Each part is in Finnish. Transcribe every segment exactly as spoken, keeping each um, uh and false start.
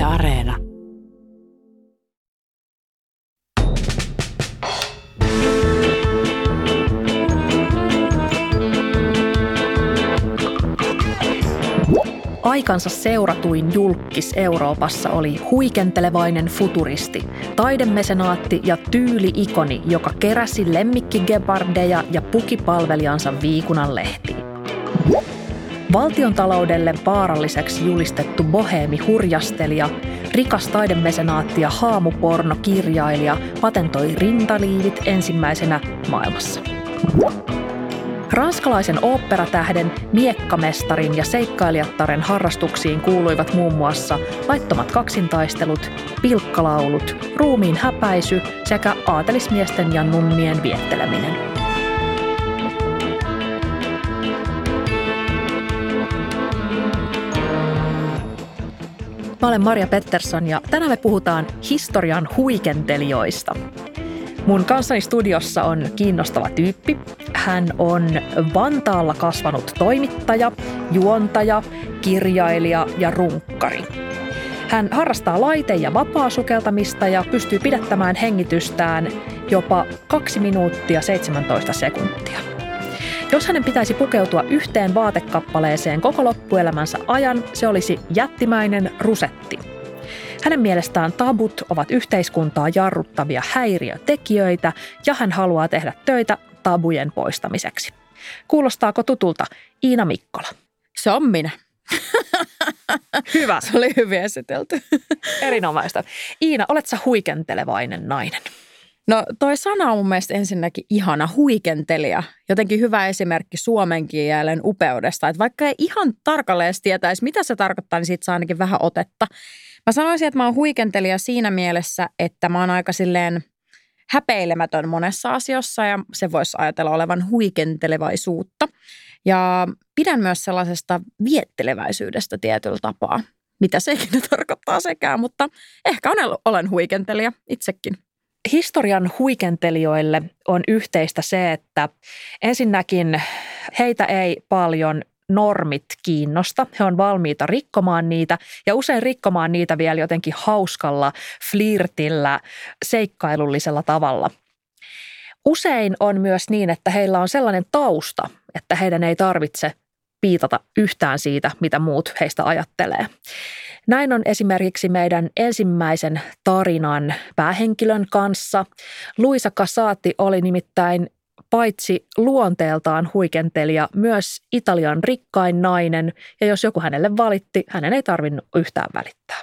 Yle Areena. Aikansa seuratuin julkkis Euroopassa oli huikentelevainen futuristi, taidemesenaatti ja tyyli-ikoni, joka keräsi lemmikkigepardeja ja puki palvelijansa viikunan lehtiin. Valtiontaloudelle vaaralliseksi julistettu boheemi-hurjastelija, rikas taidemesenaatti ja haamupornokirjailija patentoi rintaliivit ensimmäisenä maailmassa. Ranskalaisen oopperatähden, miekkamestarin ja seikkailijattaren harrastuksiin kuuluivat muun muassa laittomat kaksintaistelut, pilkkalaulut, ruumiin häpäisy sekä aatelismiesten ja nunnien vietteleminen. Mä olen Marja Pettersson ja tänään me puhutaan historian huikentelijoista. Mun kanssani studiossa on kiinnostava tyyppi. Hän on Vantaalla kasvanut toimittaja, juontaja, kirjailija ja runkkari. Hän harrastaa laite- ja vapaasukeltamista ja pystyy pidättämään hengitystään jopa kaksi minuuttia seitsemäntoista sekuntia. Jos hänen pitäisi pukeutua yhteen vaatekappaleeseen koko loppuelämänsä ajan, se olisi jättimäinen rusetti. Hänen mielestään tabut ovat yhteiskuntaa jarruttavia häiriötekijöitä ja hän haluaa tehdä töitä tabujen poistamiseksi. Kuulostaako tutulta Iina Mikkola? Se on minä. Hyvä. Se oli hyvin esitelty. Erinomaista. Iina, olet sä huikentelevainen nainen? No toi sana on mun mielestä ensinnäkin ihana, huikentelija. Jotenkin hyvä esimerkki suomen kielen upeudesta. Että vaikka ei ihan tarkalleen edes tietäisi, mitä se tarkoittaa, niin siitä saa ainakin vähän otetta. Mä sanoisin, että mä oon huikentelija siinä mielessä, että mä oon aika silleen häpeilemätön monessa asiassa ja se voisi ajatella olevan huikentelevaisuutta. Ja pidän myös sellaisesta vietteleväisyydestä tietyllä tapaa, mitä se ikinä tarkoittaa sekään, mutta ehkä olen huikentelija itsekin. Historian huikentelijoille on yhteistä se, että ensinnäkin heitä ei paljon normit kiinnosta. He on valmiita rikkomaan niitä ja usein rikkomaan niitä vielä jotenkin hauskalla, flirtillä, seikkailullisella tavalla. Usein on myös niin, että heillä on sellainen tausta, että heidän ei tarvitse piitata yhtään siitä, mitä muut heistä ajattelee. Näin on esimerkiksi meidän ensimmäisen tarinan päähenkilön kanssa. Luisa Casati oli nimittäin paitsi luonteeltaan huikentelija, myös Italian rikkain nainen, ja jos joku hänelle valitti, hänen ei tarvinnut yhtään välittää.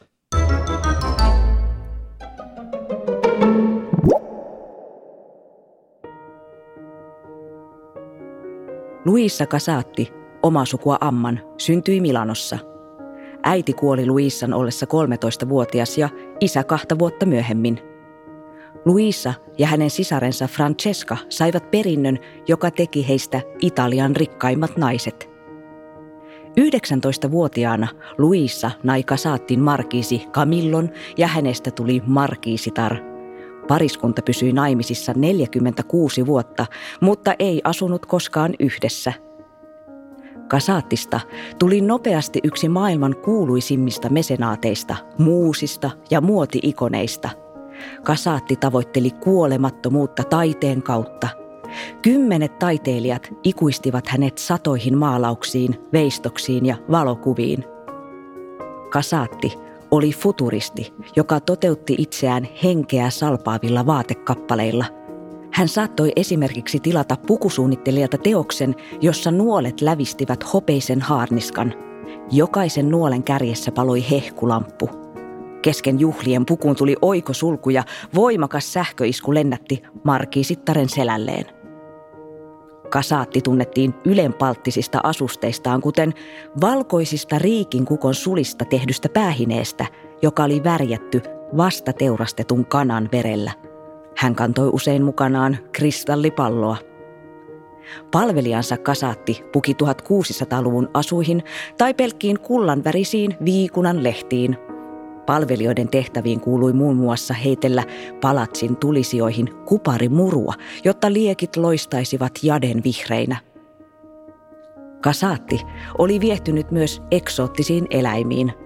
Luisa Casati, oma sukua Amman, syntyi Milanossa. Äiti kuoli Luisan ollessa kolmetoistavuotias ja isä kahta vuotta myöhemmin. Luisa ja hänen sisarensa Francesca saivat perinnön, joka teki heistä Italian rikkaimmat naiset. yhdeksäntoistavuotiaana Luisa nai Casatin markiisi Camillon ja hänestä tuli markiisitar. Pariskunta pysyi naimisissa neljäkymmentäkuusi vuotta, mutta ei asunut koskaan yhdessä. Casatista tuli nopeasti yksi maailman kuuluisimmista mesenaateista, muusista ja muoti-ikoneista. Casati tavoitteli kuolemattomuutta taiteen kautta. Kymmenet taiteilijat ikuistivat hänet satoihin maalauksiin, veistoksiin ja valokuviin. Casati oli futuristi, joka toteutti itseään henkeä salpaavilla vaatekappaleilla. Hän saattoi esimerkiksi tilata pukusuunnittelijalta teoksen, jossa nuolet lävistivät hopeisen haarniskan. Jokaisen nuolen kärjessä paloi hehkulamppu. Kesken juhlien pukuun tuli oikosulku ja voimakas sähköisku lennätti markiisittaren selälleen. Casati tunnettiin ylenpalttisista asusteistaan, kuten valkoisista riikinkukon sulista tehdystä päähineestä, joka oli värjätty vasta teurastetun kanan verellä. Hän kantoi usein mukanaan kristallipalloa. Palvelijansa Casati puki tuhatkuusisataaluvun asuihin tai pelkkiin kullanvärisiin viikunan lehtiin. Palvelijoiden tehtäviin kuului muun muassa heitellä palatsin tulisijoihin kuparimurua, jotta liekit loistaisivat jaden vihreinä. Casati oli viehtynyt myös eksoottisiin eläimiin.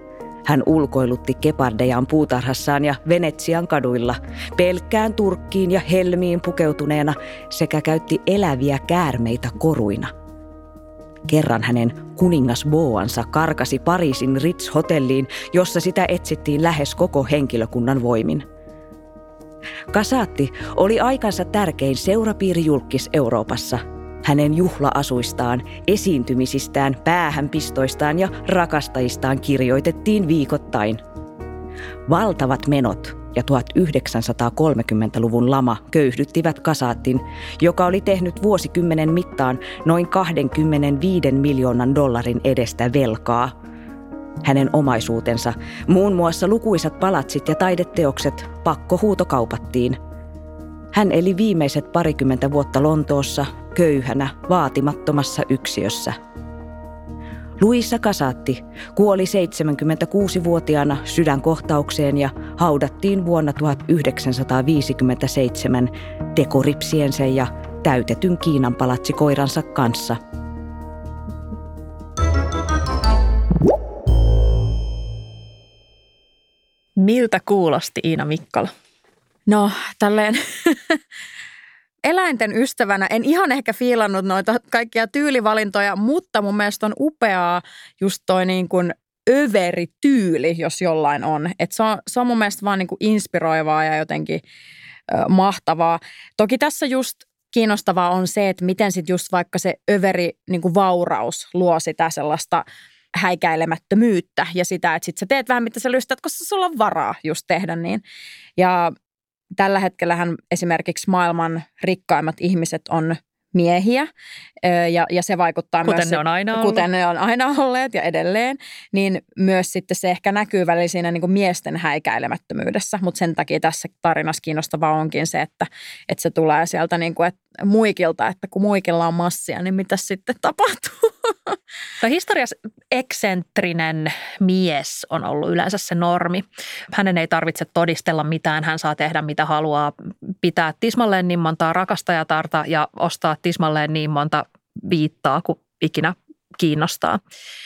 Hän ulkoilutti gepardejaan puutarhassaan ja Venetsian kaduilla, pelkkään turkkiin ja helmiin pukeutuneena sekä käytti eläviä käärmeitä koruina. Kerran hänen kuningas Boansa karkasi Pariisin Ritz-hotelliin, jossa sitä etsittiin lähes koko henkilökunnan voimin. Casati oli aikansa tärkein seurapiirijulkkis Euroopassa. Hänen juhla-asuistaan, esiintymisistään, päähänpistoistaan ja rakastajistaan kirjoitettiin viikoittain. Valtavat menot ja tuhatyhdeksänsataakolmekymmentäluvun lama köyhdyttivät Casatin, joka oli tehnyt vuosikymmenen mittaan noin kaksikymmentäviisi miljoonan dollarin edestä velkaa. Hänen omaisuutensa, muun muassa lukuisat palatsit ja taideteokset, pakkohuutokaupattiin. Hän eli viimeiset parikymmentä vuotta Lontoossa, köyhänä, vaatimattomassa yksiössä. Luisa Casati kuoli seitsemänkymmentäkuusivuotiaana sydänkohtaukseen ja haudattiin vuonna tuhatyhdeksänsataaviisikymmentäseitsemän tekoripsiensä ja täytetyn Kiinan palatsikoiransa kanssa. Miltä kuulosti Iina Mikkola? No, tälleen eläinten ystävänä en ihan ehkä fiilannut noita kaikkia tyylivalintoja, mutta mun mielestä on upeaa just toi niin kuin överityyli, jos jollain on. Että se on, se on mun mielestä vaan niin kuin inspiroivaa ja jotenkin ö, mahtavaa. Toki tässä just kiinnostavaa on se, että miten sitten just vaikka se överi niin kuin vauraus luo sitä sellaista häikäilemättömyyttä ja sitä, että sit sä teet vähän mitä sä lystät, koska sulla on varaa just tehdä niin. Ja tällä hetkellähän esimerkiksi maailman rikkaimmat ihmiset on miehiä ja, ja se vaikuttaa kuten myös, ne on aina ollut. Kuten ne on aina olleet ja edelleen, niin myös sitten se ehkä näkyy välillä siinä niin kuin miesten häikäilemättömyydessä, mutta sen takia tässä tarinassa kiinnostavaa onkin se, että, että se tulee sieltä niin kuin, että muikilta, että kun muikilla on massia, niin mitä sitten tapahtuu? No, historiassa eksentrinen mies on ollut yleensä se normi. Hänen ei tarvitse todistella mitään, hän saa tehdä mitä haluaa, pitää tismalleen niin montaa rakastajatarta ja ostaa tismalleen niin monta viittaa kuin ikinä kiinnostaa.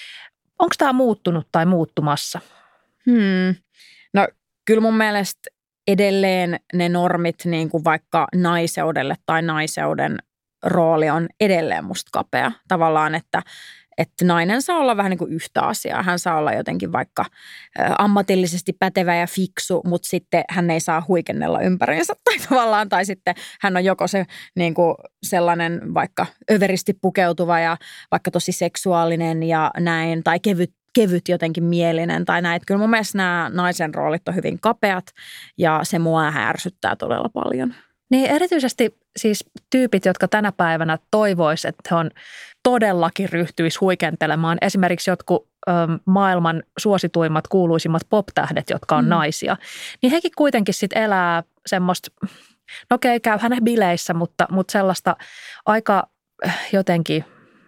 Onko tämä muuttunut tai muuttumassa? Hmm. No kyllä mun mielestä edelleen ne normit niin kuin vaikka naiseudelle tai naiseuden rooli on edelleen musta kapea. Tavallaan, että, että nainen saa olla vähän niin kuin yhtä asiaa. Hän saa olla jotenkin vaikka ammatillisesti pätevä ja fiksu, mutta sitten hän ei saa huikennella ympäriinsä tai tavallaan. Tai sitten hän on joko se niin kuin sellainen vaikka överisti pukeutuva ja vaikka tosi seksuaalinen ja näin, tai kevyt kevyt jotenkin mielinen tai näin. Kyllä mun mielestä nämä naisen roolit on hyvin kapeat ja se mua ärsyttää todella paljon. Niin erityisesti siis tyypit, jotka tänä päivänä toivois, että he on todellakin ryhtyisi huikentelemaan. Esimerkiksi jotkut ö, maailman suosituimmat, kuuluisimmat pop-tähdet, jotka on mm. naisia. Niin hekin kuitenkin sitten elää semmoista, no okei, käy hänen bileissä, mutta, mutta sellaista aika jotenkin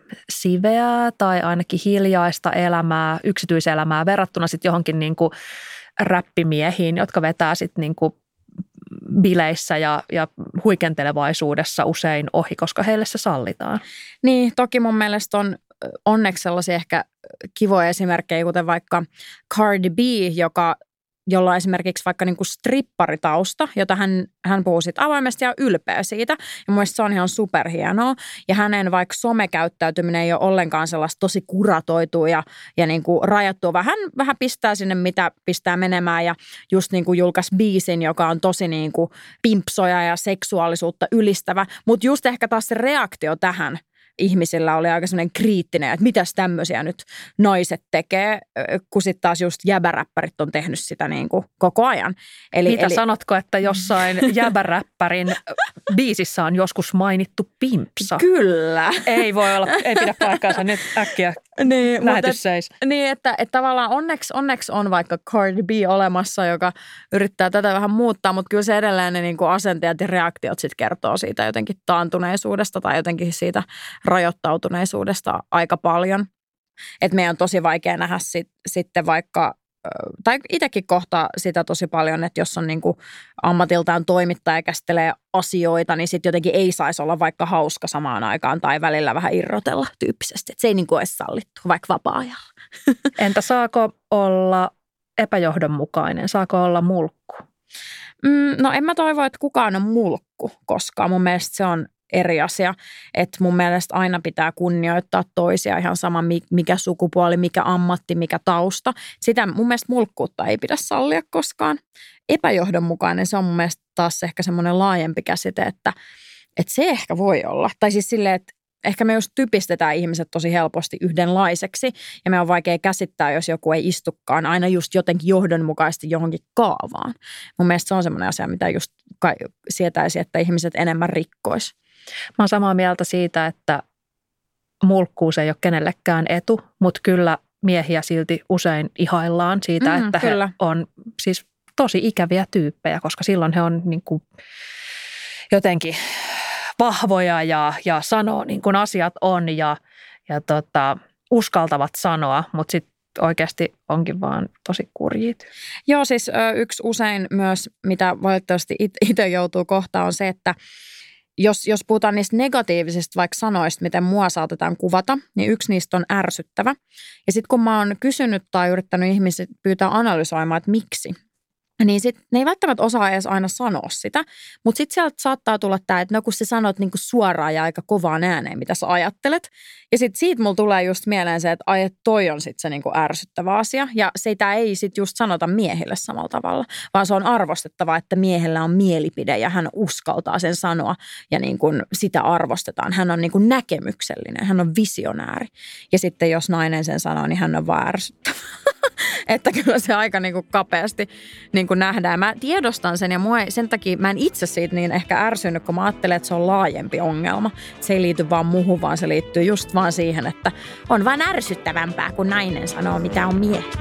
siveää tai ainakin hiljaista elämää, yksityiselämää verrattuna sitten johonkin niin kuin räppimiehiin, jotka vetää sitten niin kuin bileissä ja, ja huikentelevaisuudessa usein ohi, koska heille se sallitaan. Niin, toki mun mielestä on onneksi sellaisia ehkä kivoja esimerkkejä, kuten vaikka Cardi B, joka jolla on esimerkiksi vaikka niin kuin stripparitausta, jota hän, hän puhuu sit avoimesti ja ylpeä siitä. Ja mun mielestä se on ihan superhienoa. Ja hänen vaikka somekäyttäytyminen ei ole ollenkaan sellaista tosi kuratoitua ja, ja niin kuin rajattua. Vähän, vähän pistää sinne, mitä pistää menemään. Ja just niin kuin julkaisi biisin, joka on tosi niin kuin pimpsoja ja seksuaalisuutta ylistävä. Mutta just ehkä taas se reaktio tähän ihmisillä oli aika semmoinen kriittinen, että mitäs tämmöisiä nyt naiset tekee, kun sitten taas just jäbäräppärit on tehnyt sitä niin kuin koko ajan. Eli, Mitä eli... sanotko, että jossain jäbäräppärin biisissä on joskus mainittu pimpsa? Kyllä. Ei voi olla, ei pidä paikkaansa nyt äkkiä. Niin, lähetys seis. Niin, että, että tavallaan onneksi, onneksi on vaikka Cardi B olemassa, joka yrittää tätä vähän muuttaa, mutta kyllä se edelleen ne niin kuin asenteet ja reaktiot sit kertoo siitä jotenkin taantuneisuudesta tai jotenkin siitä rajoittautuneisuudesta aika paljon. Että meidän on tosi vaikea nähdä sit, sitten vaikka, tai itsekin kohtaa sitä tosi paljon, että jos on niin kuin ammatiltaan toimittaja ja käsittelee asioita, niin sitten jotenkin ei saisi olla vaikka hauska samaan aikaan tai välillä vähän irrotella tyyppisesti. Että se ei niin kuin ole sallittu, vaikka vapaa-ajalla. Entä saako olla epäjohdonmukainen? Saako olla mulkku? Mm, no en mä toivo, että kukaan on mulkku koskaan. Mun mielestä se on eri asia. Että mun mielestä aina pitää kunnioittaa toisia ihan sama mikä sukupuoli, mikä ammatti, mikä tausta. Sitä mun mielestä mulkkuutta ei pidä sallia koskaan. Epäjohdonmukainen, se on mun mielestä taas ehkä semmoinen laajempi käsite, että, että se ehkä voi olla. Tai siis silleen, että ehkä me just typistetään ihmiset tosi helposti yhdenlaiseksi ja me on vaikea käsittää, jos joku ei istukaan aina just jotenkin johdonmukaisesti johonkin kaavaan. Mun mielestä se on semmoinen asia, mitä just sietäisi, että ihmiset enemmän rikkois. Mä oon samaa mieltä siitä, että mulkkuus ei ole kenellekään etu, mutta kyllä miehiä silti usein ihaillaan siitä, mm, että kyllä. he on siis tosi ikäviä tyyppejä, koska silloin he on niin kuin jotenkin vahvoja ja, ja sanoo niin kuin asiat on ja, ja tota, uskaltavat sanoa, mutta sitten oikeasti onkin vaan tosi kurjit. Joo, siis yksi usein myös, mitä valitettavasti itse joutuu kohtaan, on se, että Jos, jos puhutaan niistä negatiivisista vaikka sanoista, miten mua saatetaan kuvata, niin yksi niistä on ärsyttävä. Ja sitten kun mä oon kysynyt tai yrittänyt ihmiset pyytää analysoimaan, että miksi, niin sit ne ei välttämättä osaa edes aina sanoa sitä. Mutta sitten sieltä saattaa tulla tämä, että no kun sä sanot niinku suoraan ja aika kovaan ääneen, mitä sä ajattelet. Ja sitten siitä mulla tulee just mieleen se, että ai, et toi on sitten se niinku ärsyttävä asia. Ja sitä ei sitten just sanota miehille samalla tavalla, vaan se on arvostettava, että miehellä on mielipide ja hän uskaltaa sen sanoa ja niinku sitä arvostetaan. Hän on niinku näkemyksellinen, hän on visionääri. Ja sitten jos nainen sen sanoo, niin hän on vaan ärsyttävä. Että kyllä se aika niin kuin kapeasti niin kuin nähdään. Mä tiedostan sen ja mua ei, sen takia mä en itse siitä niin ehkä ärsynyt, kun mä ajattelen, että se on laajempi ongelma. Se ei liity vaan muuhun, vaan se liittyy just vaan siihen, että on vaan ärsyttävämpää, kun nainen sanoo, mitä on miehet.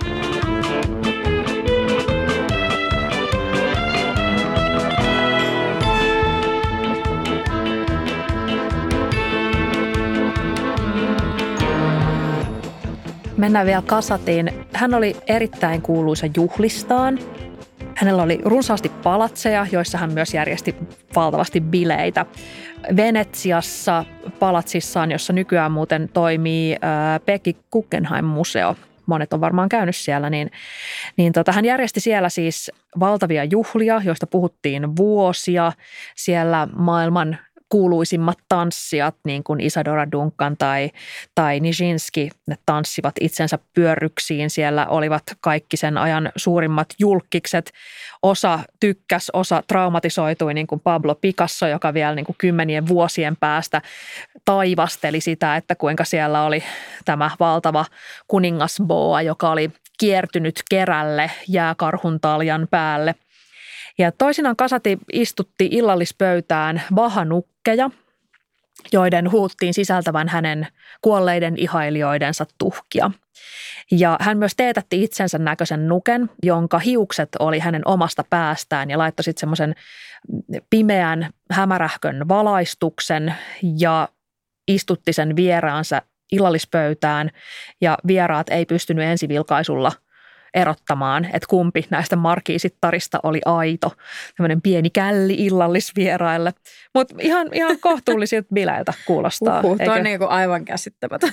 Mennään vielä Kasatiin. Hän oli erittäin kuuluisa juhlistaan. Hänellä oli runsaasti palatseja, joissa hän myös järjesti valtavasti bileitä. Venetsiassa palatsissaan, jossa nykyään muuten toimii Pekki Guggenheim-museo. Monet on varmaan käynyt siellä, niin, niin tota, hän järjesti siellä siis valtavia juhlia, joista puhuttiin vuosia. Siellä maailman kuuluisimmat tanssijat, niin kuin Isadora Duncan tai, tai Nijinsky, ne tanssivat itsensä pyörryksiin. Siellä olivat kaikki sen ajan suurimmat julkkikset. Osa tykkäs, osa traumatisoitui, niin kuin Pablo Picasso, joka vielä niin kuin kymmenien vuosien päästä taivasteli sitä, että kuinka siellä oli tämä valtava kuningasboa, joka oli kiertynyt kerälle jääkarhun taljan päälle. Ja toisinaan Kasati istutti illallispöytään vahanukkeja, joiden huuttiin sisältävän hänen kuolleiden ihailijoidensa tuhkia. Ja hän myös teetätti itsensä näköisen nuken, jonka hiukset oli hänen omasta päästään ja laittoi sitten semmoisen pimeän hämärähkön valaistuksen ja istutti sen vieraansa illallispöytään ja vieraat ei pystynyt ensivilkaisulla erottamaan, että kumpi näistä markiisittarista oli aito. Tämmöinen pieni källi illallisvieraille. Mutta ihan, ihan kohtuullisilta bileiltä kuulostaa. Uhuh, toi on niin kuin aivan käsittämätön.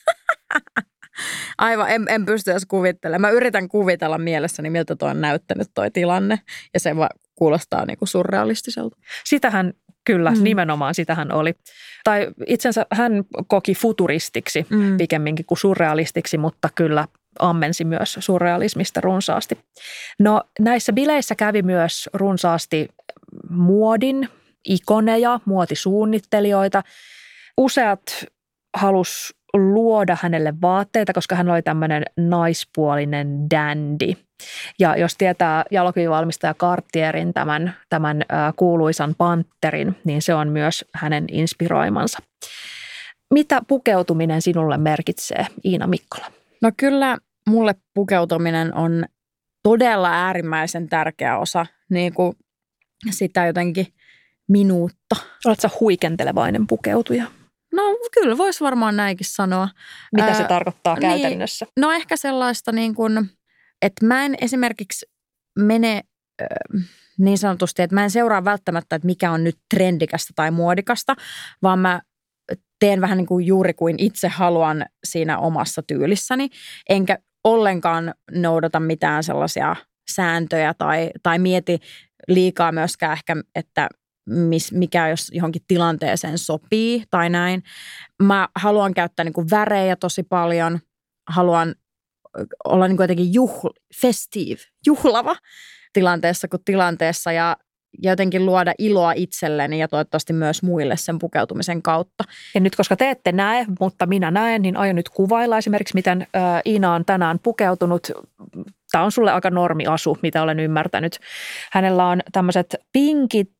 Aivan, en, en pysty edes kuvittelemaan. Mä yritän kuvitella mielessäni, miltä toi on näyttänyt toi tilanne. Ja se kuulostaa niin kuin surrealistiselta. Sitähän kyllä, mm. nimenomaan sitähän oli. Tai itsensä hän koki futuristiksi mm. pikemminkin kuin surrealistiksi, mutta kyllä ammensi myös surrealismista runsaasti. No näissä bileissä kävi myös runsaasti muodin ikoneja, muotisuunnittelijoita. Useat halus luoda hänelle vaatteita, koska hän oli tämmöinen naispuolinen dandy. Ja jos tietää jalokivivalmistaja Cartierin tämän, tämän kuuluisan Panterin, niin se on myös hänen inspiroimansa. Mitä pukeutuminen sinulle merkitsee, Iina Mikkola? No kyllä mulle pukeutuminen on todella äärimmäisen tärkeä osa niin kuin sitä jotenkin minuutta. Oletko sä huikentelevainen pukeutuja? No kyllä voisi varmaan näinkin sanoa. Mitä se Ää, tarkoittaa niin, käytännössä? No ehkä sellaista niin kuin, että mä en esimerkiksi mene niin sanotusti, että mä en seuraa välttämättä, että mikä on nyt trendikästä tai muodikasta, vaan mä teen vähän niin kuin juuri kuin itse haluan siinä omassa tyylissäni. Enkä ollenkaan noudata mitään sellaisia sääntöjä tai, tai mieti liikaa myöskään ehkä, että mis, mikä jos johonkin tilanteeseen sopii tai näin. Mä haluan käyttää niin kuin värejä tosi paljon, haluan olla niin kuin jotenkin juhl, festive, juhlava tilanteessa kuin tilanteessa ja jotenkin luoda iloa itselleni ja toivottavasti myös muille sen pukeutumisen kautta. Ja nyt koska te ette näe, mutta minä näen, niin aion nyt kuvailla esimerkiksi, miten ä, Iina on tänään pukeutunut. Tämä on sulle aika normiasu, mitä olen ymmärtänyt. Hänellä on tämmöiset pinkit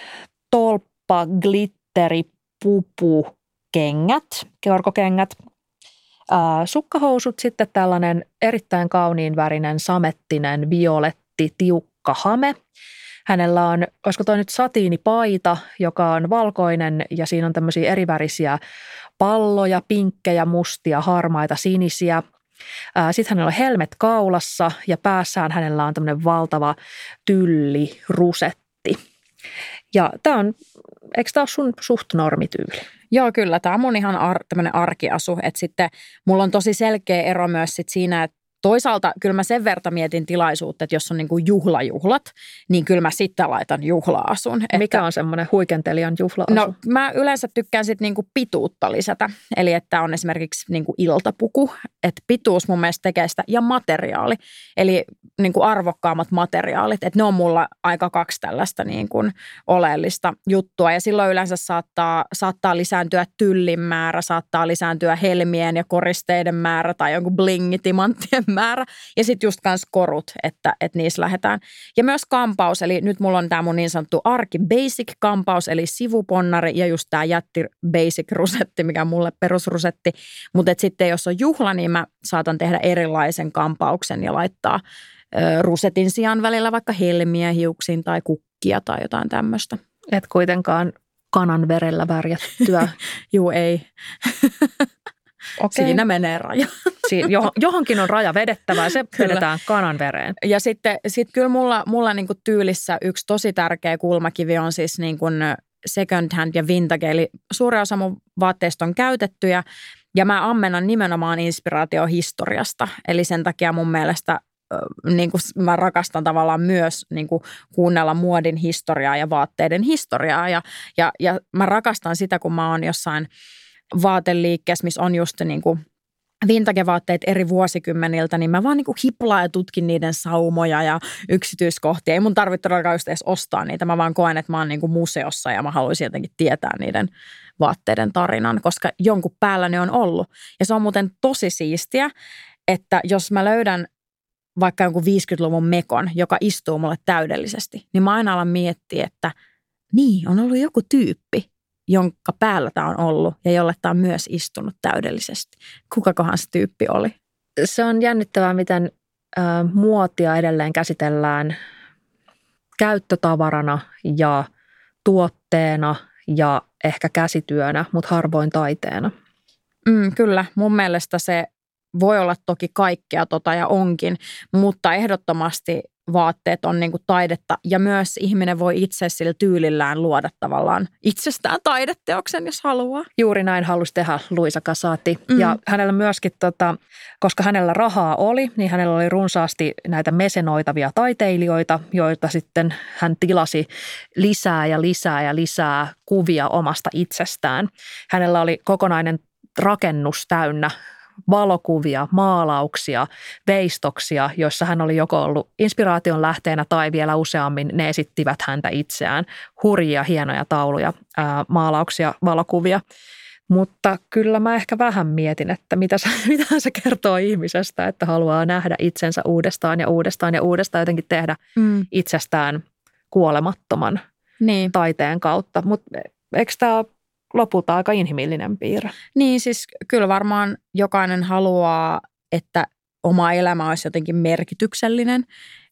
tolppa, glitteri, pupu, kengät, keorkokengät, ä, sukkahousut, sitten tällainen erittäin kauniin värinen samettinen violetti tiukka hame. Hänellä on, olisiko toi nyt satiinipaita, joka on valkoinen ja siinä on tämmöisiä erivärisiä palloja, pinkkejä, mustia, harmaita, sinisiä. Sitten hänellä on helmet kaulassa ja päässään hänellä on tämmöinen valtava tylli, rusetti. Ja tämä on, eikö tämä ole sun suht normityyli? Joo, kyllä. Tämä on mun ihan ar- tämmöinen arkiasu. Että sitten mulla on tosi selkeä ero myös sit siinä, että toisaalta kyllä mä sen verta mietin tilaisuutta, että jos on niin kuin juhlajuhlat, niin kyllä mä sitten laitan juhla-asun. Mikä että, on semmoinen huikentelijan juhla-asu? No mä yleensä tykkään sitten niin kuin pituutta lisätä. Eli että on esimerkiksi niin kuin iltapuku, että pituus mun mielestä tekee sitä ja materiaali. Eli niin kuin arvokkaammat materiaalit, että ne on mulla aika kaksi tällaista niin kuin oleellista juttua. Ja silloin yleensä saattaa, saattaa lisääntyä tyllin määrä, saattaa lisääntyä helmien ja koristeiden määrä tai jonkun blingitimanttien määrä. Ja sitten just kans korut, että, että niissä lähdetään. Ja myös kampaus, eli nyt mulla on tämä mun niin sanottu arki basic kampaus, eli sivuponnari ja just tämä jätti basic rusetti, mikä on mulle perusrusetti. Mutta sitten jos on juhla, niin mä saatan tehdä erilaisen kampauksen ja laittaa ö, rusetin sijaan välillä vaikka helmiä hiuksiin tai kukkia tai jotain tämmöistä. Et kuitenkaan kanan verellä värjättyä. Juu, ei. Okay. Siinä menee raja. Si- johonkin on raja vedettävä ja se vedetään kanan vereen. Ja sitten sit kyllä mulla, mulla niinku tyylissä yksi tosi tärkeä kulmakivi on siis niinku second hand ja vintage. Eli suuri osa mun vaatteista on käytettyjä ja mä ammennan nimenomaan inspiraatio historiasta. Eli sen takia mun mielestä niin kuin mä rakastan tavallaan myös niin kuin kuunnella muodin historiaa ja vaatteiden historiaa. Ja, ja, ja mä rakastan sitä, kun mä oon jossain vaateliikkeessä, missä on just niin kuin vintage-vaatteet eri vuosikymmeniltä, niin mä vaan niin kuin hiplaan ja tutkin niiden saumoja ja yksityiskohtia. Ei mun tarvitse todellakaan just edes ostaa niitä. Mä vaan koen, että mä oon niin kuin museossa ja mä haluaisin jotenkin tietää niiden vaatteiden tarinan, koska jonkun päällä ne on ollut. Ja se on muuten tosi siistiä, että jos mä löydän vaikka jonkun viisikymmentäluvun mekon, joka istuu mulle täydellisesti, niin mä aina alan miettiä, että niin, on ollut joku tyyppi, jonka päällä tämä on ollut ja jolle tämä on myös istunut täydellisesti. Kukakohan se tyyppi oli? Se on jännittävää, miten ä, muotia edelleen käsitellään käyttötavarana ja tuotteena ja ehkä käsityönä, mutta harvoin taiteena. Mm, kyllä, mun mielestä se voi olla toki kaikkea tota ja onkin, mutta ehdottomasti vaatteet on niinku taidetta ja myös ihminen voi itse sillä tyylillään luoda tavallaan itsestään taideteoksen, jos haluaa. Juuri näin halusi tehdä Luisa Casati. Mm. Ja hänellä myöskin, tota, koska hänellä rahaa oli, niin hänellä oli runsaasti näitä mesenoitavia taiteilijoita, joita sitten hän tilasi lisää ja lisää ja lisää kuvia omasta itsestään. Hänellä oli kokonainen rakennus täynnä valokuvia, maalauksia, veistoksia, joissa hän oli joko ollut inspiraation lähteenä tai vielä useammin ne esittivät häntä itseään. Hurjia, hienoja tauluja, ää, maalauksia, valokuvia. Mutta kyllä mä ehkä vähän mietin, että mitä, mitä se kertoo ihmisestä, että haluaa nähdä itsensä uudestaan ja uudestaan ja uudestaan jotenkin tehdä mm. itsestään kuolemattoman niin. taiteen kautta. Mutta eikö tämä lopulta aika inhimillinen piirre? Niin, siis kyllä varmaan jokainen haluaa, että oma elämä olisi jotenkin merkityksellinen.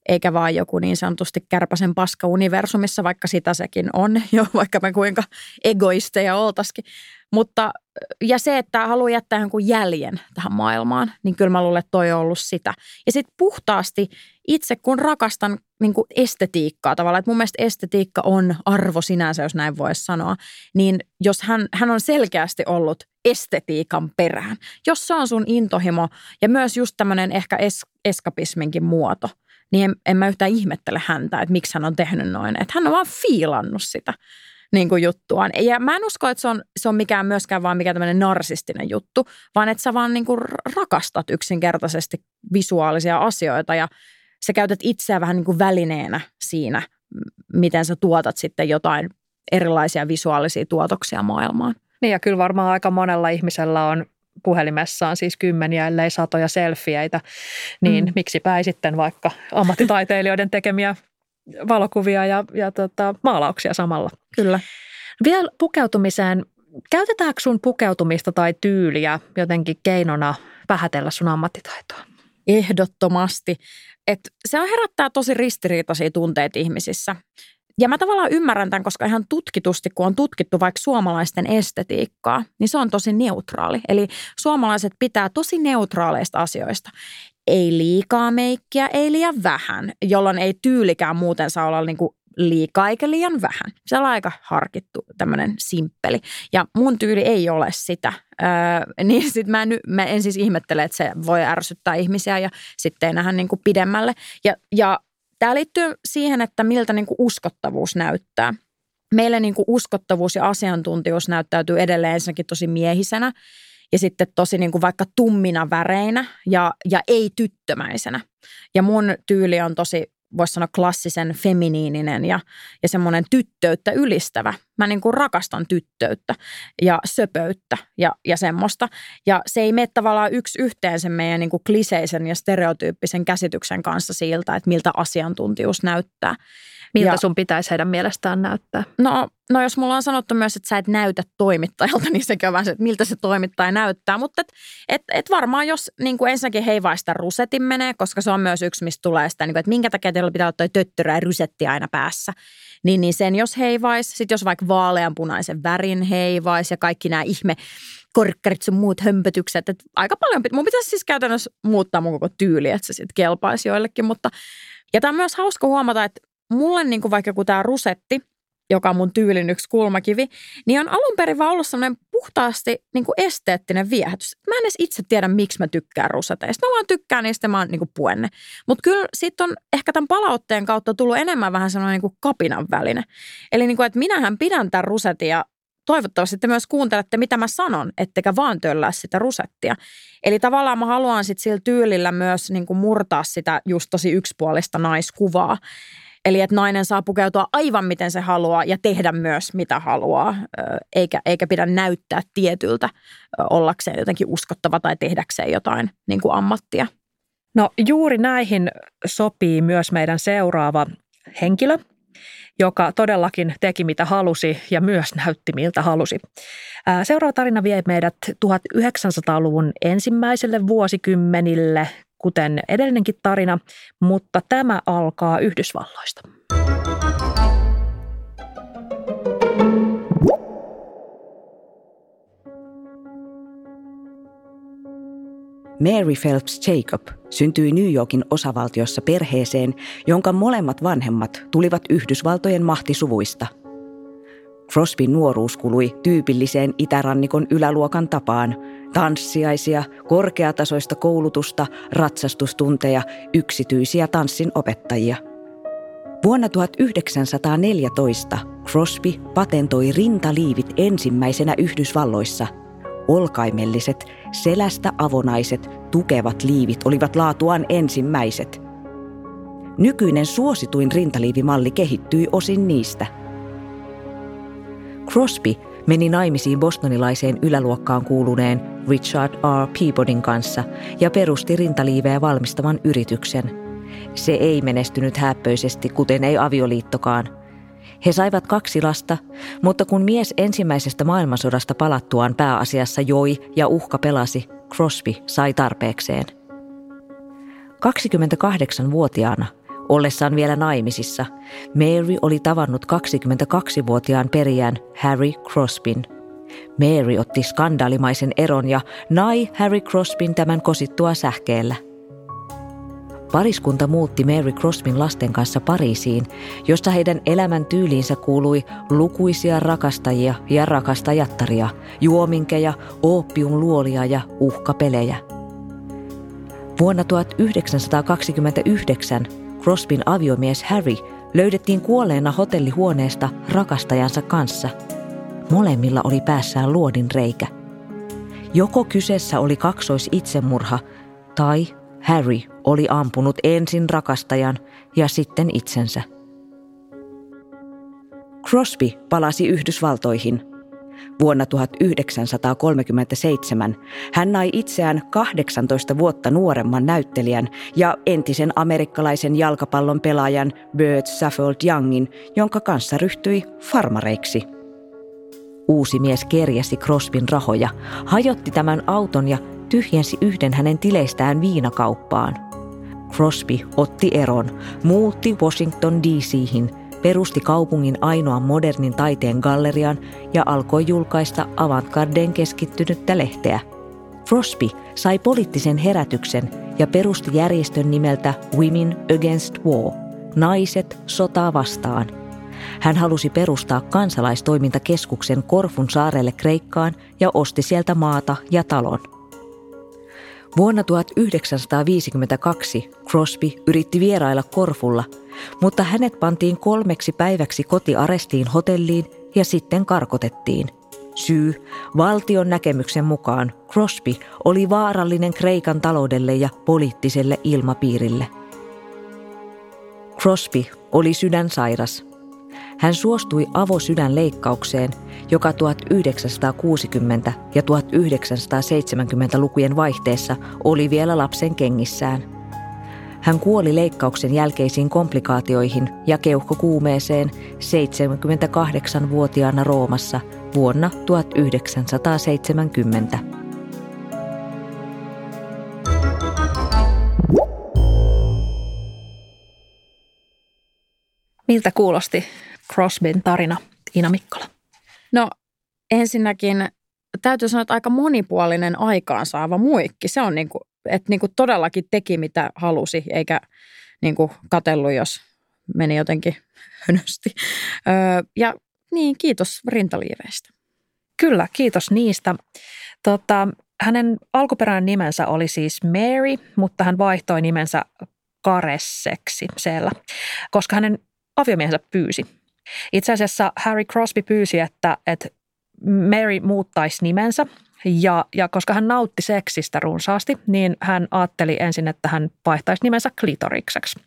eikä vaan joku niin sanotusti kärpäsen paska universumissa, vaikka sitä sekin on jo, vaikka me kuinka egoisteja oltaisikin. Mutta ja se, että haluaa jättää jonkun jäljen tähän maailmaan, niin kyllä mä luulen, että toi on ollut sitä. Ja sitten puhtaasti itse, kun rakastan niin kuin estetiikkaa tavallaan, että mun mielestä estetiikka on arvo sinänsä, jos näin voisi sanoa, niin jos hän, hän on selkeästi ollut estetiikan perään, jos se on sun intohimo ja myös just tämmöinen ehkä es, eskapisminkin muoto, niin en, en mä yhtään ihmettele häntä, että miksi hän on tehnyt noin. Että hän on vaan fiilannut sitä niin kuin juttuaan. Ja mä en usko, että se on, se on mikään myöskään vaan mikään tämmöinen narsistinen juttu, vaan että sä vaan niin kuin rakastat yksinkertaisesti visuaalisia asioita ja sä käytät itseä vähän niin kuin välineenä siinä, miten sä tuotat sitten jotain erilaisia visuaalisia tuotoksia maailmaan. Niin ja kyllä varmaan aika monella ihmisellä on puhelimessaan siis kymmeniä, ellei satoja selfieitä, niin mm. miksipä ei sitten vaikka ammattitaiteilijoiden tekemiä valokuvia ja, ja tota, maalauksia samalla. Kyllä. Vielä pukeutumiseen. Käytetäänkö sun pukeutumista tai tyyliä jotenkin keinona vähätellä sun ammattitaitoa? Ehdottomasti. Et se on herättää tosi ristiriitaisia tunteita ihmisissä. Ja mä tavallaan ymmärrän tämän, koska ihan tutkitusti, kun on tutkittu vaikka suomalaisten estetiikkaa, niin se on tosi neutraali. Eli suomalaiset pitää tosi neutraaleista asioista. Ei liikaa meikkiä, ei liian vähän, jolloin ei tyylikään muuten saa olla niin kuin liikaa eikä liian vähän. Se on aika harkittu, tämmöinen simppeli. Ja mun tyyli ei ole sitä. Öö, niin sit mä en, mä en siis ihmettele, että se voi ärsyttää ihmisiä ja sitten ei nähdä niin kuin pidemmälle. Ja, ja tämä liittyy siihen, että miltä niin kuin uskottavuus näyttää. Meille niin kuin uskottavuus ja asiantuntijuus näyttäytyy edelleen ensinnäkin tosi miehisenä ja sitten tosi niin kuin vaikka tummina väreinä ja, ja ei tyttömäisenä. Ja mun tyyli on tosi, voisi sanoa klassisen feminiininen ja, ja semmoinen tyttöyttä ylistävä. Mä niin kuin rakastan tyttöyttä ja söpöyttä ja, ja semmoista. Ja se ei mene tavallaan yksi yhteen sen meidän niin kuin kliseisen ja stereotyyppisen käsityksen kanssa siltä, että miltä asiantuntijuus näyttää. Miltä ja, sun pitäisi heidän mielestään näyttää? No, no jos mulla on sanottu myös, että sä et näytä toimittajalta, niin sekin on vähän se, että miltä se toimittaja näyttää. Mutta et, et, et varmaan jos niin kuin ensinnäkin heivaista rusetin menee, koska se on myös yksi, mistä tulee sitä, niin kuin, että minkä takia teillä pitää olla toi töttörä ja rusetti aina päässä. Niin, niin sen jos heivaisi, sitten jos vaikka vaaleanpunaisen värin heivaisi ja kaikki nämä ihme korkkarit sun muut hömpötykset. Että aika paljon, mun pitäisi siis käytännössä muuttaa mun koko tyyli, että se sitten kelpaisi joillekin. Mutta, ja tämä on myös hauska huomata, että mulle niin kuin vaikka kun tämä rusetti, joka on mun tyylin yksi kulmakivi, niin on alun perin vaan ollut sellainen puhtaasti niin kuin esteettinen viehätys. Mä en edes itse tiedä, miksi mä tykkään ruseteista. Mä vaan tykkään niistä ja mä oon niin kuin puenne. Mutta kyllä sitten on ehkä tämän palautteen kautta tullut enemmän vähän sellainen niin kuin kapinan väline. Eli niin kuin, että minähän pidän tämän rusetin ja toivottavasti te myös kuuntelette, mitä mä sanon, ettekä vaan töllää sitä rusettia. Eli tavallaan mä haluan sitten sillä tyylillä myös niin kuin murtaa sitä just tosi yksipuolista naiskuvaa. Eli että nainen saa pukeutua aivan miten se haluaa ja tehdä myös mitä haluaa, eikä, eikä pidä näyttää tietyltä ollakseen jotenkin uskottava tai tehdäkseen jotain niin kuin ammattia. No juuri näihin sopii myös meidän seuraava henkilö, joka todellakin teki mitä halusi ja myös näytti miltä halusi. Seuraava tarina vie meidät tuhatyhdeksänsataaluvun ensimmäiselle vuosikymmenille, kuten edellinenkin tarina, mutta tämä alkaa Yhdysvalloista. Mary Phelps Jacob syntyi New Yorkin osavaltiossa perheeseen, jonka molemmat vanhemmat tulivat Yhdysvaltojen mahtisuvuista. Crosbyn nuoruus kului tyypilliseen itärannikon yläluokan tapaan. Tanssiaisia, korkeatasoista koulutusta, ratsastustunteja, yksityisiä tanssinopettajia. Vuonna tuhatyhdeksänsataaneljätoista Crosby patentoi rintaliivit ensimmäisenä Yhdysvalloissa. Olkaimelliset, selästä avonaiset, tukevat liivit olivat laatuaan ensimmäiset. Nykyinen suosituin rintaliivimalli kehittyi osin niistä. Crosby meni naimisiin bostonilaiseen yläluokkaan kuuluneen Richard R. Peabodyn kanssa ja perusti rintaliivejä valmistavan yrityksen. Se ei menestynyt häppöisesti, kuten ei avioliittokaan. He saivat kaksi lasta, mutta kun mies ensimmäisestä maailmansodasta palattuaan pääasiassa joi ja uhka pelasi, Crosby sai tarpeekseen. kaksikymmentäkahdeksanvuotiaana Ollessaan vielä naimisissa, Mary oli tavannut kaksikymmentäkaksivuotiaan perijän Harry Crosbyn. Mary otti skandaalimaisen eron ja nai Harry Crosbyn tämän kosittua sähkeellä. Pariskunta muutti Mary Crosbyn lasten kanssa Pariisiin, josta heidän elämäntyyliinsä kuului lukuisia rakastajia ja rakastajattaria, juominkeja, ooppiumluolia ja uhkapelejä. Vuonna tuhatyhdeksänsataakaksikymmentäyhdeksän Crosbyn aviomies Harry löydettiin kuolleena hotellihuoneesta rakastajansa kanssa. Molemmilla oli päässään luodin reikä. Joko kyseessä oli kaksoisitsemurha tai Harry oli ampunut ensin rakastajan ja sitten itsensä. Crosby palasi Yhdysvaltoihin. Vuonna tuhatyhdeksänsataakolmekymmentäseitsemän hän nai itseään kahdeksantoista vuotta nuoremman näyttelijän ja entisen amerikkalaisen jalkapallon pelaajan Bert Saffold Youngin, jonka kanssa ryhtyi farmareiksi. Uusi mies kerjäsi Crosbyn rahoja, hajotti tämän auton ja tyhjensi yhden hänen tileistään viinakauppaan. Crosby otti eron, muutti Washington D C:hin, perusti kaupungin ainoan modernin taiteen gallerian ja alkoi julkaista avantgardeen keskittynyttä lehteä. Crosby sai poliittisen herätyksen ja perusti järjestön nimeltä Women Against War, naiset sotaa vastaan. Hän halusi perustaa kansalaistoimintakeskuksen Korfun saarelle Kreikkaan ja osti sieltä maata ja talon. Vuonna tuhatyhdeksänsataaviisikymmentäkaksi Crosby yritti vierailla Korfulla, mutta hänet pantiin kolmeksi päiväksi kotiarestiin hotelliin ja sitten karkotettiin. Syy, valtion näkemyksen mukaan Crosby oli vaarallinen Kreikan taloudelle ja poliittiselle ilmapiirille. Crosby oli sydänsairas. Hän suostui avosydänleikkaukseen, joka tuhatyhdeksänsataakuusikymmentä- ja tuhatyhdeksänsataaseitsemänkymmentälukujen vaihteessa oli vielä lapsen kengissään. Hän kuoli leikkauksen jälkeisiin komplikaatioihin ja keuhkokuumeeseen seitsemänkymmentäkahdeksanvuotiaana Roomassa vuonna tuhatyhdeksänsataaseitsemänkymmentä. Miltä kuulosti Crosbyn tarina, Iina Mikkola? No ensinnäkin täytyy sanoa, että aika monipuolinen aikaansaava muikki. Se on niin kuin, että niin kuin todellakin teki mitä halusi, eikä niin kuin katsellut, jos meni jotenkin hönösti. Öö, ja niin, kiitos rintaliiveistä. Kyllä, kiitos niistä. Tota, hänen alkuperäinen nimensä oli siis Mary, mutta hän vaihtoi nimensä Caresseksi siellä, koska hänen aviomiehensä pyysi. Itse asiassa Harry Crosby pyysi, että, että Mary muuttaisi nimensä ja, ja koska hän nautti seksistä runsaasti, niin hän ajatteli ensin, että hän vaihtaisi nimensä Klitorikseksi.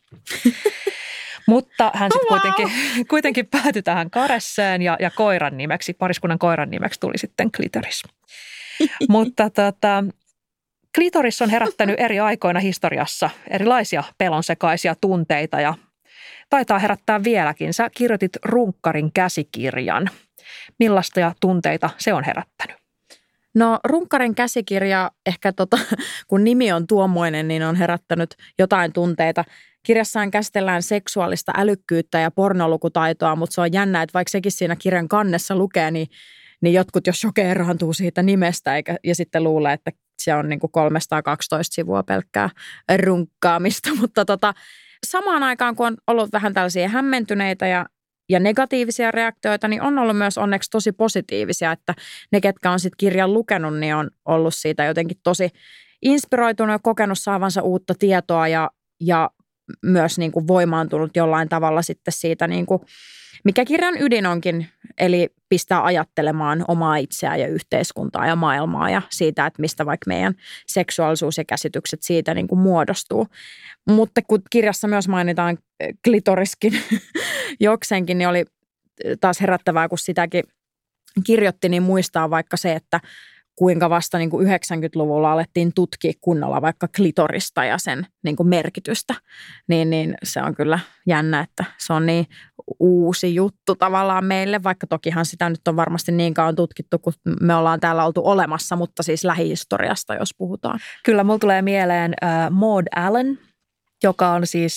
Mutta hän sitten oh, wow. kuitenkin, kuitenkin päätyi tähän Caresseen ja, ja koiran nimeksi, pariskunnan koiran nimeksi tuli sitten Klitoris. Mutta tota, klitoris on herättänyt eri aikoina historiassa erilaisia pelonsekaisia tunteita ja taitaa herättää vieläkin. Sä kirjoitit Runkkarin käsikirjan. Millaisia tunteita se on herättänyt? No Runkkarin käsikirja, ehkä tota, kun nimi on tuommoinen, niin on herättänyt jotain tunteita. Kirjassaan käsitellään seksuaalista älykkyyttä ja pornolukutaitoa, mutta se on jännä, että vaikka sekin siinä kirjan kannessa lukee, niin, niin jotkut jo shokeeraantuu siitä nimestä eikä, ja sitten luulee, että se on niin kuin kolmesataakaksitoista sivua pelkkää runkkaamista, mutta tota, samaan aikaan, kun on ollut vähän tällaisia hämmentyneitä ja, ja negatiivisia reaktioita, niin on ollut myös onneksi tosi positiivisia, että ne, ketkä on sitten kirjan lukenut, niin on ollut siitä jotenkin tosi inspiroitunut ja kokenut saavansa uutta tietoa ja, ja myös niin kuin voimaantunut jollain tavalla sitten siitä, niin kuin, mikä kirjan ydin onkin, eli pistää ajattelemaan omaa itseään ja yhteiskuntaa ja maailmaa ja siitä, että mistä vaikka meidän seksuaalisuus ja käsitykset siitä niin kuin muodostuu. Mutta kun kirjassa myös mainitaan klitoriskin jokseenkin, niin oli taas herättävää, kun sitäkin kirjoitti, niin muistaa vaikka se, että kuinka vasta niin kuin yhdeksänkymmentäluvulla alettiin tutkia kunnolla vaikka klitorista ja sen niin kuin merkitystä, niin, niin se on kyllä jännä, että se on niin uusi juttu tavallaan meille, vaikka tokihan sitä nyt on varmasti niin kauan tutkittu, kun me ollaan täällä oltu olemassa, mutta siis lähihistoriasta, jos puhutaan. Kyllä, mulla tulee mieleen uh, Maud Allen, joka on siis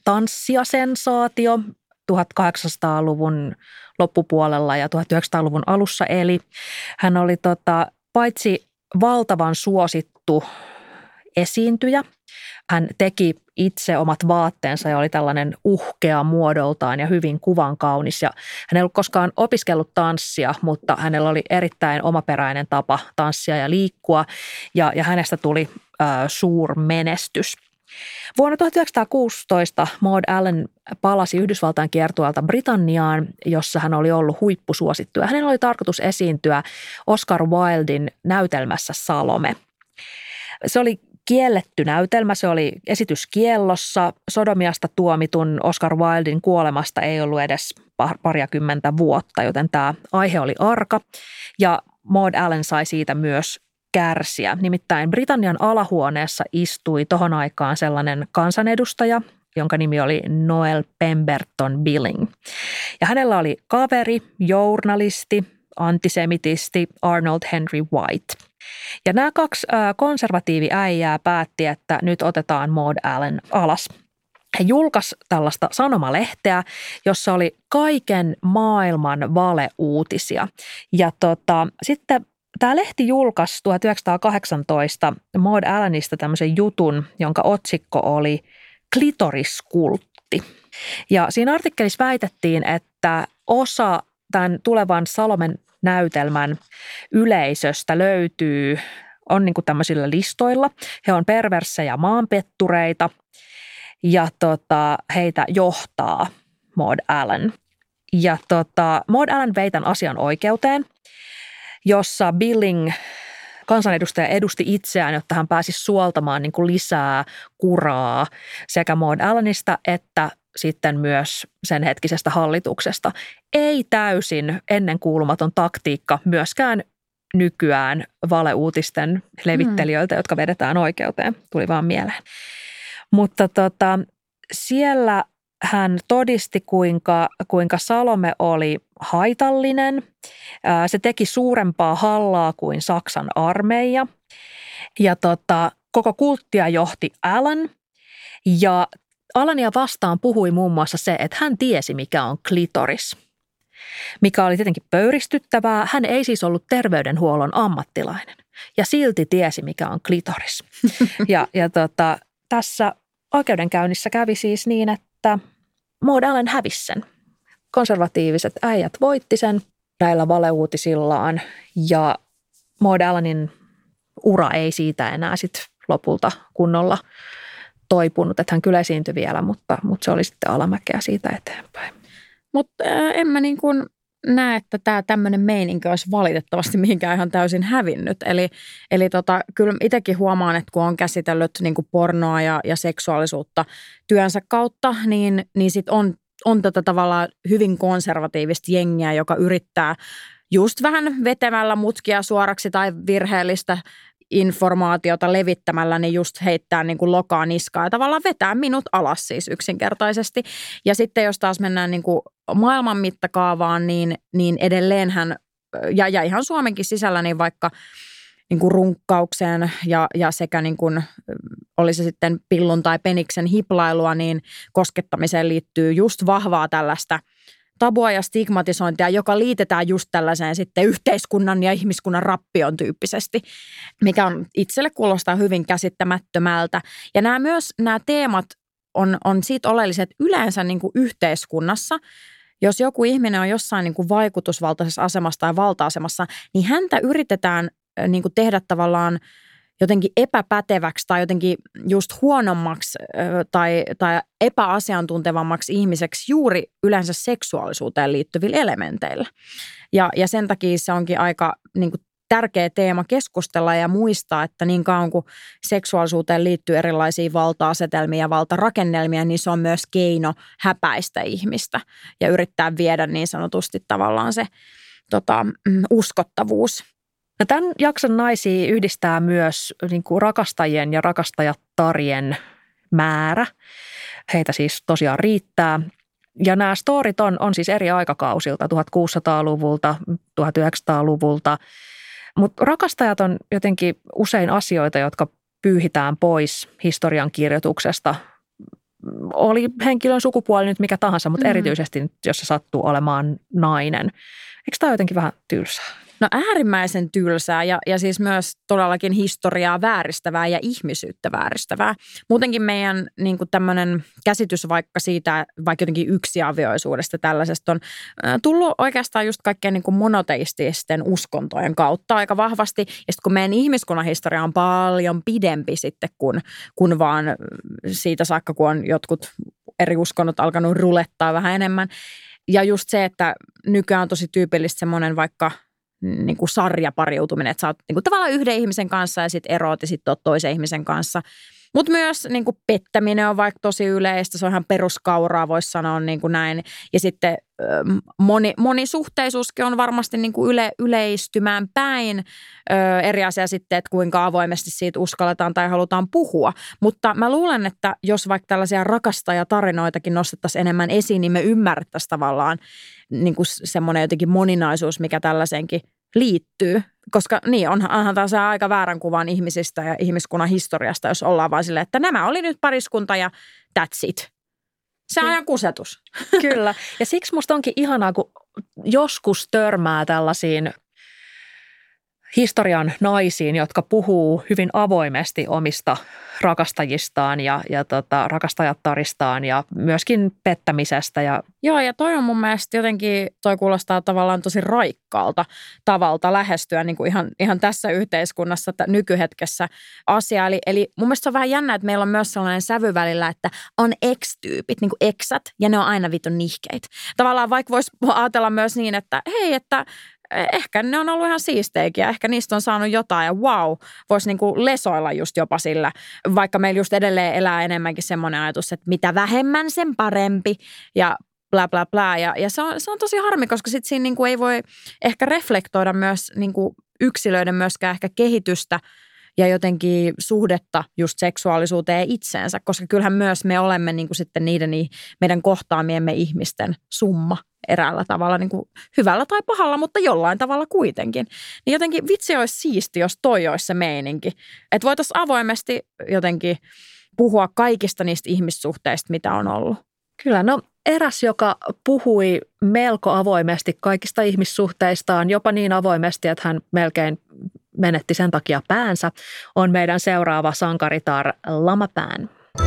tanssijasensaatio tuhatkahdeksansataaluvun loppupuolella ja tuhatyhdeksänsataaluvun alussa eli. Hän oli tota, paitsi valtavan suosittu esiintyjä, hän teki itse omat vaatteensa ja oli tällainen uhkea muodoltaan ja hyvin kuvan kaunis. Ja hän ei ollut koskaan opiskellut tanssia, mutta hänellä oli erittäin omaperäinen tapa tanssia ja liikkua ja, ja hänestä tuli äh, suurmenestys. Vuonna tuhatyhdeksänsataakuusitoista Maud Allan palasi Yhdysvaltain kiertueelta Britanniaan, jossa hän oli ollut huippusuosittu. Ja hänellä oli tarkoitus esiintyä Oscar Wilden näytelmässä Salome. Se oli kielletty näytelmä, se oli esityskiellossa. Sodomiasta tuomitun Oscar Wilden kuolemasta ei ollut edes pariakymmentä vuotta, joten tämä aihe oli arka. Ja Maud Allan sai siitä myös kärsiä. Nimittäin Britannian alahuoneessa istui tohon aikaan sellainen kansanedustaja, jonka nimi oli Noel Pemberton Billing. Ja hänellä oli kaveri, journalisti, antisemitisti Arnold Henry White. Ja nämä kaksi konservatiiviäijää päätti, että nyt otetaan Maud Allan alas. He julkaisi tällaista sanomalehteä, jossa oli kaiken maailman valeuutisia. Ja tota, sitten tämä lehti julkaisi tuhatyhdeksänsataakahdeksantoista Maud Allanista tämmöisen jutun, jonka otsikko oli Klitoriskultti. Ja siinä artikkelissa väitettiin, että osa tämän tulevan Salomen näytelmän yleisöstä löytyy, on niin kuin tämmöisillä listoilla. He on perversejä maanpettureita ja tota, heitä johtaa Maud Allan. Ja tota, Maud Allan vei tämän asian oikeuteen, jossa Billing kansanedustaja edusti itseään, jotta hän pääsisi suoltamaan niin kuin lisää kuraa sekä Maud Allanista että sitten myös sen hetkisestä hallituksesta. Ei täysin ennenkuulumaton taktiikka myöskään nykyään valeuutisten levittelijöiltä, jotka vedetään oikeuteen. Tuli vaan mieleen. Mutta tota, siellä hän todisti, kuinka, kuinka Salome oli haitallinen. Se teki suurempaa hallaa kuin Saksan armeija. Ja tota, koko kulttia johti Allan. Ja Allania vastaan puhui muun muassa se, että hän tiesi, mikä on klitoris. Mikä oli tietenkin pöyristyttävää. Hän ei siis ollut terveydenhuollon ammattilainen. Ja silti tiesi, mikä on klitoris. ja ja tota, tässä oikeudenkäynnissä kävi siis niin, että Maud Allan hävisi sen. Konservatiiviset äijät voitti sen näillä valeuutisillaan ja Maud Allanin ura ei siitä enää sit lopulta kunnolla toipunut. Että hän kyllä esiintyi vielä, mutta, mutta se oli sitten alamäkeä siitä eteenpäin. Mutta äh, en mä niin kuin näe, että tämä tämmöinen meininki olisi valitettavasti mihinkään ihan täysin hävinnyt. Eli, eli tota, kyllä itsekin huomaan, että kun on käsitellyt niin kuin pornoa ja, ja seksuaalisuutta työnsä kautta, niin, niin sit on, on tätä tavallaan hyvin konservatiivista jengiä, joka yrittää just vähän vetämällä mutkia suoraksi tai virheellistä informaatiota levittämällä, niin just heittää niin kuin lokaa niskaa ja tavallaan vetää minut alas siis yksinkertaisesti. Ja sitten jos taas mennään niin kuin maailman mittakaavaan, niin, niin edelleenhän, ja, ja ihan Suomenkin sisällä, niin vaikka niin kuin runkkaukseen ja, ja sekä niin kuin, oli se sitten pillun tai peniksen hiplailua, niin koskettamiseen liittyy just vahvaa tällaista tabua ja stigmatisointia, joka liitetään just tällaiseen sitten yhteiskunnan ja ihmiskunnan rappion tyyppisesti, mikä on itselle kuulostaa hyvin käsittämättömältä. Ja nämä myös nämä teemat on, on siitä oleelliset yleensä niin kuin yhteiskunnassa. Jos joku ihminen on jossain niin kuin vaikutusvaltaisessa asemassa tai valta-asemassa, niin häntä yritetään niin kuin tehdä tavallaan jotenkin epäpäteväksi tai jotenkin just huonommaksi tai, tai epäasiantuntevammaksi ihmiseksi juuri yleensä seksuaalisuuteen liittyvillä elementeillä. Ja, ja sen takia se onkin aika niin kuin tärkeä teema keskustella ja muistaa, että niin kauan kuin seksuaalisuuteen liittyy erilaisia valta-asetelmia ja valtarakennelmia, niin se on myös keino häpäistä ihmistä ja yrittää viedä niin sanotusti tavallaan se tota, uskottavuus. No tämän jakson naisia yhdistää myös niin kuin rakastajien ja rakastajattarien määrä. Heitä siis tosiaan riittää. Ja nämä storit on, on siis eri aikakausilta, tuhatkuusisataaluvulta, tuhatyhdeksänsataaluvulta. Mutta rakastajat on jotenkin usein asioita, jotka pyyhitään pois historian kirjoituksesta oli henkilön sukupuoli nyt mikä tahansa, mutta Mm. erityisesti nyt, jos se sattuu olemaan nainen. Eikö tämä jotenkin vähän tylsää? No äärimmäisen tylsää ja, ja siis myös todellakin historiaa vääristävää ja ihmisyyttä vääristävää. Muutenkin meidän niin kuin tämmöinen käsitys vaikka siitä, vaikka jotenkin yksiavioisuudesta tällaisesta on äh, tullut oikeastaan just kaikkein niin kuin monoteististen uskontojen kautta aika vahvasti. Ja sitten kun meidän ihmiskunnan historia on paljon pidempi sitten kuin, kuin vaan siitä saakka, kun on jotkut eri uskonnot alkanut rulettaa vähän enemmän. Ja just se, että nykyään on tosi tyypillistä semmoinen vaikka niin kuin sarjapariutuminen, että sä oot niin kuin tavallaan yhden ihmisen kanssa ja sitten eroot ja sitten oot toisen ihmisen kanssa. Mutta myös niin kuin pettäminen on vaikka tosi yleistä, se on ihan peruskauraa, voisi sanoa niin kuin näin. Ja sitten moni, monisuhteisuuskin on varmasti niin kuin yle, yleistymään päin. Ö, eri asia sitten, että kuinka avoimesti siitä uskalletaan tai halutaan puhua. Mutta mä luulen, että jos vaikka tällaisia rakastajatarinoitakin nostettaisiin enemmän esiin, niin me ymmärrettäisiin tavallaan niin kuin semmoinen jotenkin moninaisuus, mikä tällaisenkin liittyy. Koska niin, onhan taas aika väärän kuvan ihmisistä ja ihmiskunnan historiasta, jos ollaan vaan silleen, että nämä oli nyt pariskunta ja that's it. Se on ajan kusetus. Kyllä. Ja siksi musta onkin ihanaa, kun joskus törmää tällaisiin historian naisiin, jotka puhuu hyvin avoimesti omista rakastajistaan ja, ja tota, rakastajattaristaan ja myöskin pettämisestä. Ja Joo, ja toi on mun mielestä jotenkin, toi kuulostaa tavallaan tosi raikkaalta tavalta lähestyä niin kuin ihan, ihan tässä yhteiskunnassa nykyhetkessä asiaa. Eli, eli mun mielestä se on vähän jännä, että meillä on myös sellainen sävy välillä, että on ex-tyypit, niin kuin exat, ja ne on aina vitun nihkeitä. Tavallaan vaikka voisi ajatella myös niin, että hei, että ehkä ne on ollut ihan siisteikiä, ehkä niistä on saanut jotain ja wow, voisi niinku lesoilla just jopa sillä, vaikka meillä just edelleen elää enemmänkin semmoinen ajatus, että mitä vähemmän sen parempi ja bla bla bla. Ja, ja se, on, se on tosi harmi, koska sitten siinä niinku ei voi ehkä reflektoida myös niinku yksilöiden myöskään ehkä kehitystä ja jotenkin suhdetta just seksuaalisuuteen itseensä, koska kyllähän myös me olemme niinku sitten niiden meidän kohtaamiemme ihmisten summa eräällä tavalla, niin kuin hyvällä tai pahalla, mutta jollain tavalla kuitenkin. Niin jotenkin vitsi olisi siisti, jos toi olisi se meininki. Että voitaisiin avoimesti jotenkin puhua kaikista niistä ihmissuhteista, mitä on ollut. Kyllä, no eräs, joka puhui melko avoimesti kaikista ihmissuhteistaan, jopa niin avoimesti, että hän melkein menetti sen takia päänsä, on meidän seuraava sankaritar Lama Pan.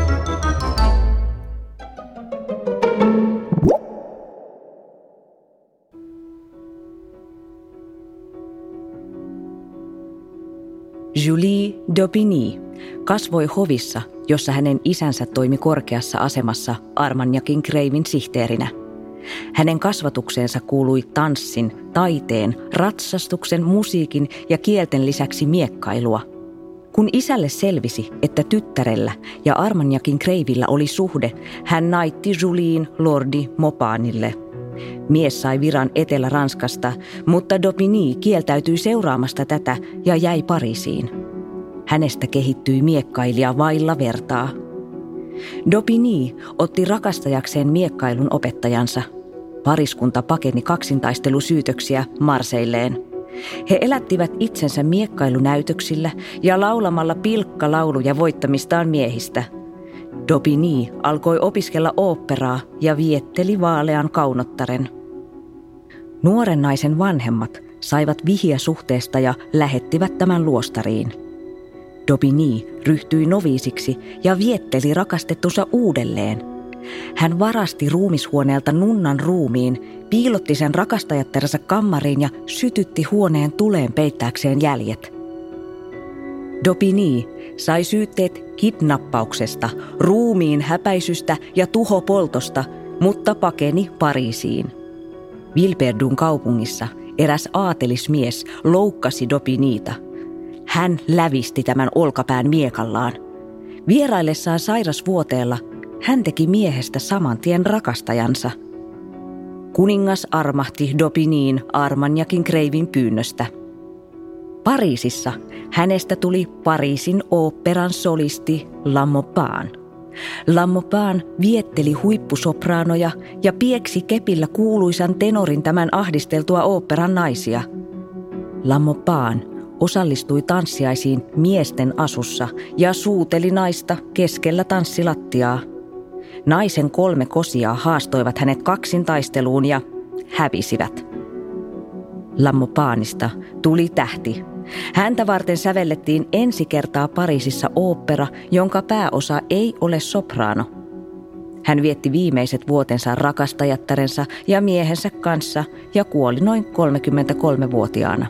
Julie d'Aubigny kasvoi hovissa, jossa hänen isänsä toimi korkeassa asemassa Armagnakin kreivin sihteerinä. Hänen kasvatukseensa kuului tanssin, taiteen, ratsastuksen, musiikin ja kielten lisäksi miekkailua. Kun isälle selvisi, että tyttärellä ja Armagnakin kreivillä oli suhde, hän naitti Julien lordi Maupainille. Mies sai viran Etelä-Ranskasta, mutta d'Aubigny kieltäytyi seuraamasta tätä ja jäi Pariisiin. Hänestä kehittyi miekkailija vailla vertaa. d'Aubigny otti rakastajakseen miekkailun opettajansa. Pariskunta pakeni kaksintaistelusyytöksiä Marseilleen. He elättivät itsensä miekkailunäytöksillä ja laulamalla pilkkalauluja voittamistaan miehistä. d'Aubigny alkoi opiskella oopperaa ja vietteli vaalean kaunottaren. Nuoren naisen vanhemmat saivat vihiä suhteesta ja lähettivät tämän luostariin. d'Aubigny ryhtyi noviisiksi ja vietteli rakastettunsa uudelleen. Hän varasti ruumishuoneelta nunnan ruumiin, piilotti sen rakastajattarensa kammariin ja sytytti huoneen tuleen peittääkseen jäljet. d'Aubigny sai syytteet kidnappauksesta, ruumiin häpäisystä ja tuhopoltosta, mutta pakeni Pariisiin. Villeperdun kaupungissa eräs aatelismies loukkasi d'Aubignyta. Hän lävisti tämän olkapään miekallaan. Vieraillessaan sairasvuoteella hän teki miehestä saman tien rakastajansa. Kuningas armahti d'Aubignyn Armagnakin kreivin pyynnöstä. Pariisissa hänestä tuli Pariisin oopperan solisti La Maupin. La Maupin vietteli huippusopraanoja ja pieksi kepillä kuuluisan tenorin tämän ahdisteltua oopperan naisia. La Maupin osallistui tanssiaisiin miesten asussa ja suuteli naista keskellä tanssilattiaa. Naisen kolme kosiaa haastoivat hänet kaksintaisteluun ja hävisivät. Lammopaanista tuli tähti. Häntä varten sävellettiin ensi kertaa Pariisissa ooppera, jonka pääosa ei ole sopraano. Hän vietti viimeiset vuotensa rakastajattarensa ja miehensä kanssa ja kuoli noin kolmekymmentäkolmevuotiaana.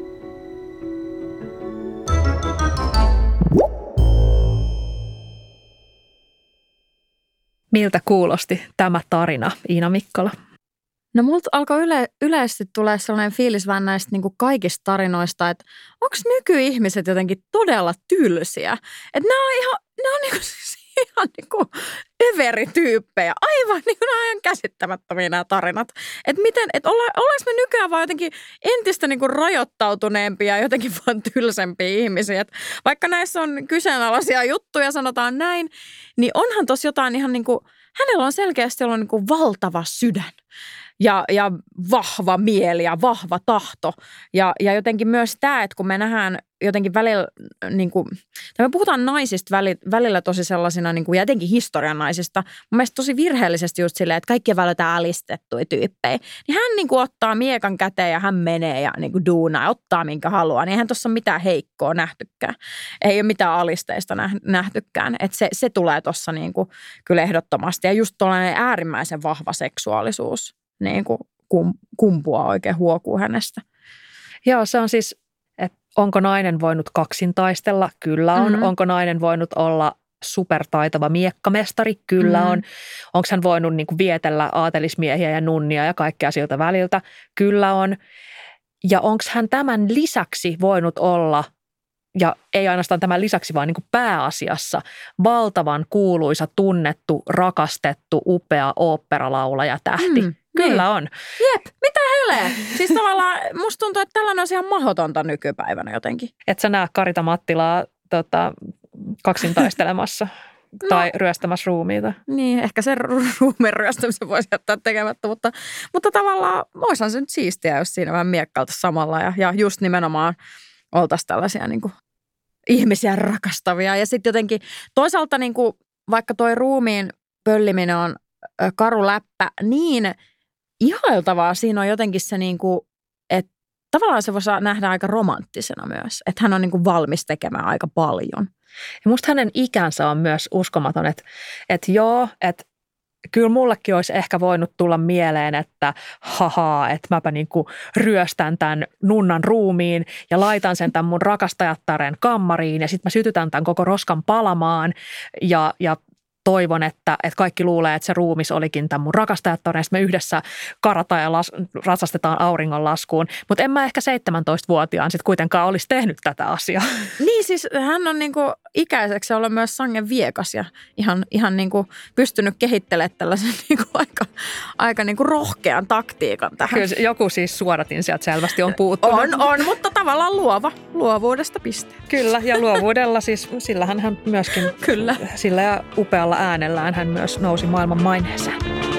Miltä kuulosti tämä tarina, Iina Mikkola? No multa alkoi yle, yleisesti tulee sellainen fiilis vähän näistä niin kuin kaikista tarinoista, että onko nykyihmiset jotenkin todella tylsiä? Että nämä on ihan, nämä on niin kuin, siis ihan niin kuin överityyppejä. Aivan niin kuin ajan käsittämättömiä nämä tarinat. Että miten, että olla, ollaanko me nykyään vaan jotenkin entistä niin kuin rajoittautuneempia ja jotenkin vaan tylsempiä ihmisiä. Että vaikka näissä on kyseenalaisia juttuja, sanotaan näin, niin onhan tossa jotain ihan niin kuin, hänellä on selkeästi ollut niin kuin valtava sydän. Ja, ja vahva mieli ja vahva tahto. Ja, ja jotenkin myös tämä, että kun me nähdään jotenkin välillä, niin kuin, tai me puhutaan naisista välillä tosi sellaisina, niin kuin, ja jotenkin historian naisista, mun mielestä tosi virheellisesti just silleen, että kaikki välillä alistettuja tyyppejä. Niin hän niin kuin, ottaa miekan käteen ja hän menee ja niin kuin, duunaa ja ottaa minkä haluaa. Niin eihän tuossa ole mitään heikkoa nähtykään. Ei ole mitään alisteista nähtykään. Että se, se tulee tuossa niin kuin, kyllä ehdottomasti. Ja just tuollainen äärimmäisen vahva seksuaalisuus. Niin kuin kumpua oikein huokuu hänestä. Joo, se on siis, että onko nainen voinut kaksintaistella? Kyllä on. Mm-hmm. Onko nainen voinut olla supertaitava miekkamestari? Kyllä mm-hmm. on. Onko hän voinut niin kuin vietellä aatelismiehiä ja nunnia ja kaikkea siltä väliltä? Kyllä on. Ja onko hän tämän lisäksi voinut olla, ja ei ainoastaan tämän lisäksi, vaan niin kuin pääasiassa valtavan kuuluisa, tunnettu, rakastettu, upea oopperalaulaja tähti? Mm. Kyllä niin. On. Jep, mitä helee? Siis tavallaan musta tuntuu, että tällainen on ihan mahdotonta nykypäivänä jotenkin. Et sä näe Karita Mattilaa tota, kaksintaistelemassa no, tai ryöstämässä ruumiita. Niin, ehkä sen ruumiin ryöstämisen voisi jättää tekemättä, mutta, mutta tavallaan voisihan se nyt siistiä, jos siinä vähän miekkalta samalla ja, ja just nimenomaan oltaisiin tällaisia niin kuin ihmisiä rakastavia. Ja sitten jotenkin toisaalta niin kuin, vaikka toi ruumiin pölliminen on karu läppä, niin ihailtavaa siinä on jotenkin se, niin kuin, että tavallaan se voisi nähdä aika romanttisena myös. Että hän on niin kuin valmis tekemään aika paljon. Ja musta hänen ikänsä on myös uskomaton, että, että joo, että kyllä mullekin olisi ehkä voinut tulla mieleen, että hahaa, että mäpä niin kuin ryöstän tämän nunnan ruumiin ja laitan sen tämän mun rakastajattaren kammariin ja sitten mä sytytän tämän koko roskan palamaan ja, ja toivon, että, että kaikki luulee, että se ruumis olikin tämän mun rakastajattaren, ja sitten me yhdessä karataan ja las, ratsastetaan auringonlaskuun. Mutta en mä ehkä seitsemäntoistavuotiaan sitten kuitenkaan olisi tehnyt tätä asiaa. Niin siis hän on niinku ikäiseksi ollut myös sangen viekas ja ihan, ihan niinku pystynyt kehittelemään tällaisen niinku aika, aika niinku rohkean taktiikan tähän. Kyllä joku siis suodatin sieltä selvästi on puuttunut. On, on, mutta tavallaan luova. Luovuudesta piste. Kyllä, ja luovuudella siis, sillähän hän myöskin, Kyllä. sillä ja upealla äänellään hän myös nousi maailman maineeseen.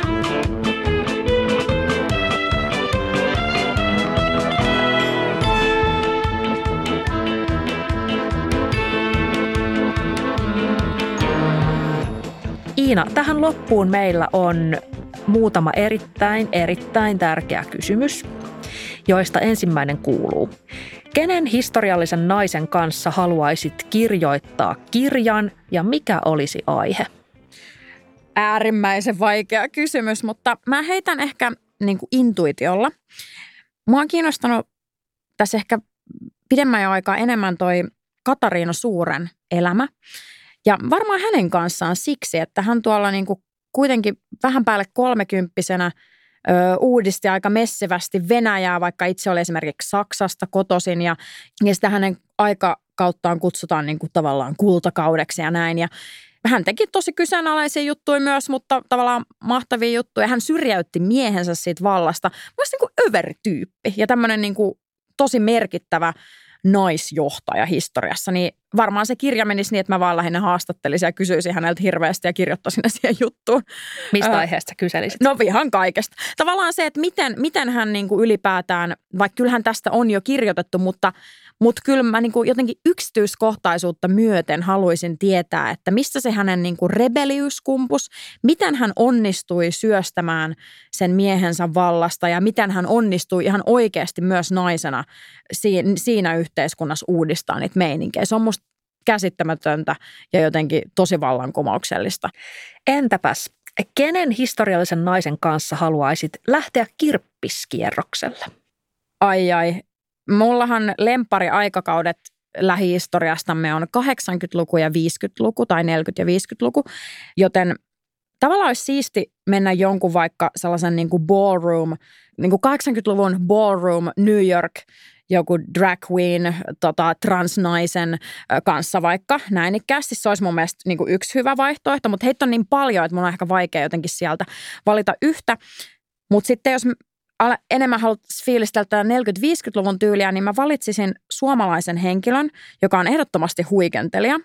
Iina, tähän loppuun meillä on muutama erittäin, erittäin tärkeä kysymys, joista ensimmäinen kuuluu. Kenen historiallisen naisen kanssa haluaisit kirjoittaa kirjan ja mikä olisi aihe? Äärimmäisen vaikea kysymys, mutta mä heitän ehkä niin kuin intuitiolla. Mua on kiinnostanut tässä ehkä pidemmän jo aikaa enemmän toi Katariina Suuren elämä. Ja varmaan hänen kanssaan siksi, että hän tuolla niin kuin kuitenkin vähän päälle kolmekymppisenä ö, uudisti aika messivästi Venäjää, vaikka itse oli esimerkiksi Saksasta kotoisin. Ja, ja sitä hänen aikakauttaan kutsutaan niin kuin tavallaan kultakaudeksi ja näin. Ja hän teki tosi kyseenalaisia juttuja myös, mutta tavallaan mahtavia juttuja. Hän syrjäytti miehensä siitä vallasta. Mielestäni niin kuin överityyppi ja tämmöinen niin kuin tosi merkittävä naisjohtaja historiassa, niin varmaan se kirja menisi niin, että mä vaan lähinnä haastattelisin ja kysyisin häneltä hirveästi ja kirjoittaisin siihen juttuun. Mistä äh, aiheesta kyselisit? No ihan kaikesta. Tavallaan se, että miten, miten hän niin kuin ylipäätään, vaikka kyllähän tästä on jo kirjoitettu, mutta, Mutta kyllä mä niinku jotenkin yksityiskohtaisuutta myöten haluaisin tietää, että mistä se hänen niinku rebelius kumpus, miten hän onnistui syöstämään sen miehensä vallasta ja miten hän onnistui ihan oikeasti myös naisena siinä yhteiskunnassa uudistaa niitä meininkejä. Se on musta käsittämätöntä ja jotenkin tosi vallankumouksellista. Entäpäs, kenen historiallisen naisen kanssa haluaisit lähteä kirppiskierrokselle? Ai ai. Mullahan lemppari-aikakaudet lähihistoriastamme on kahdeksankymmentäluku ja viisikymmentäluku tai neljäkymmentä- ja viisikymmentäluku, joten tavallaan olisi siisti mennä jonkun vaikka sellaisen niin kuin ballroom, niin kuin kahdeksankymmentäluvun ballroom New York, joku drag queen, tota, transnaisen kanssa vaikka näin ikästi. Se olisi mun mielestä niin kuin yksi hyvä vaihtoehto, mutta heitä on niin paljon, että mun on ehkä vaikea jotenkin sieltä valita yhtä. Mutta sitten jos enemmän haluaisi fiilistellä tätä neljäkymmentä-viisikymmentäluvun tyyliä, niin mä valitsisin suomalaisen henkilön, joka on ehdottomasti huikentelija.